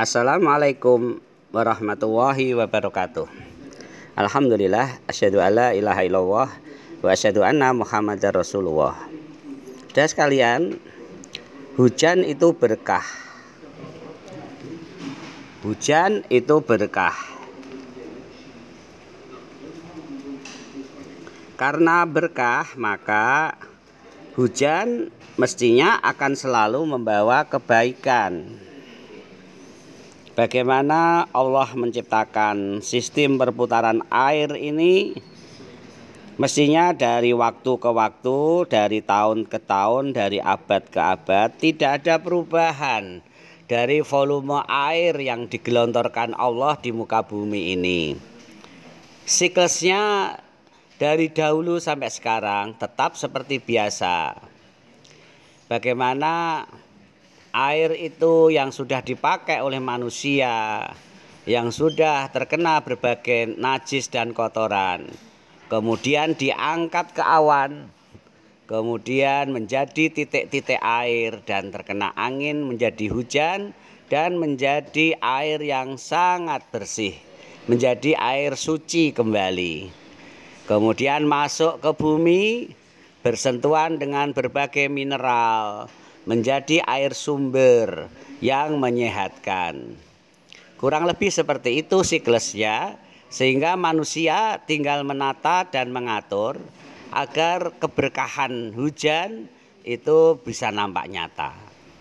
Assalamualaikum warahmatullahi wabarakatuh. Alhamdulillah, asyhadu alla ilaha illallah wa asyhadu anna Muhammadar Rasulullah. Saudara sekalian, hujan itu berkah. Hujan itu berkah. Karena berkah, maka hujan mestinya akan selalu membawa kebaikan. Bagaimana Allah menciptakan sistem perputaran air ini? Mestinya dari waktu ke waktu, dari tahun ke tahun, dari abad ke abad, tidak ada perubahan dari volume air yang digelontorkan Allah di muka bumi ini. Siklusnya dari dahulu sampai sekarang tetap seperti biasa. Bagaimana air itu yang sudah dipakai oleh manusia, yang sudah terkena berbagai najis dan kotoran, kemudian diangkat ke awan, kemudian menjadi titik-titik air dan terkena angin menjadi hujan dan menjadi air yang sangat bersih, menjadi air suci kembali. Kemudian masuk ke bumi, bersentuhan dengan berbagai mineral, menjadi air sumber yang menyehatkan. Kurang lebih seperti itu siklusnya, sehingga manusia tinggal menata dan mengatur agar keberkahan hujan itu bisa nampak nyata.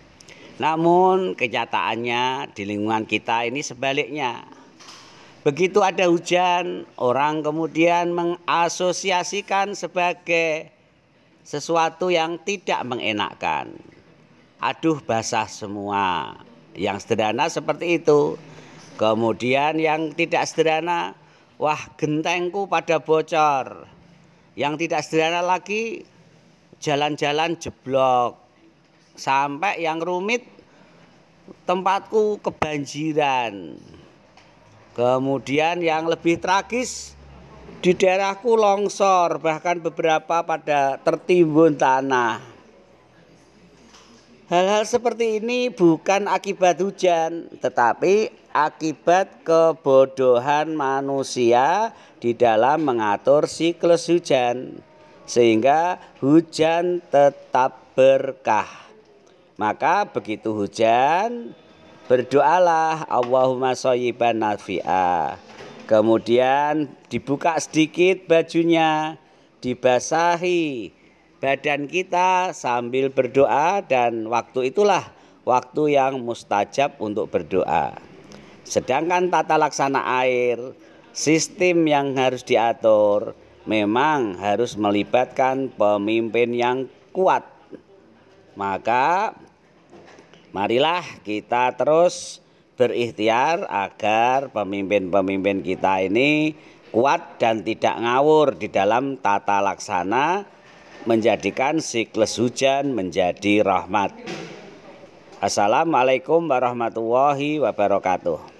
Namun kenyataannya di lingkungan kita ini sebaliknya. Begitu ada hujan, orang kemudian mengasosiasikan sebagai sesuatu yang tidak mengenakkan. Aduh, basah semua. Yang sederhana seperti itu. Kemudian yang tidak sederhana, wah, gentengku pada bocor. Yang tidak sederhana lagi, jalan-jalan jeblok. Sampai yang rumit, tempatku kebanjiran. Kemudian yang lebih tragis, di daerahku longsor, bahkan beberapa pada tertimbun tanah. Hal-hal seperti ini bukan akibat hujan, tetapi akibat kebodohan manusia di dalam mengatur siklus hujan, sehingga hujan tetap berkah. Maka begitu hujan, berdoalah Allahumma shayyiban nafi'a. Kemudian dibuka sedikit bajunya, dibasahi badan kita sambil berdoa, dan waktu itulah waktu yang mustajab untuk berdoa. Sedangkan tata laksana air, sistem yang harus diatur, memang harus melibatkan pemimpin yang kuat. Maka marilah kita terus berikhtiar agar pemimpin-pemimpin kita ini kuat dan tidak ngawur di dalam tata laksana, menjadikan siklus hujan menjadi rahmat. Assalamualaikum warahmatullahi wabarakatuh.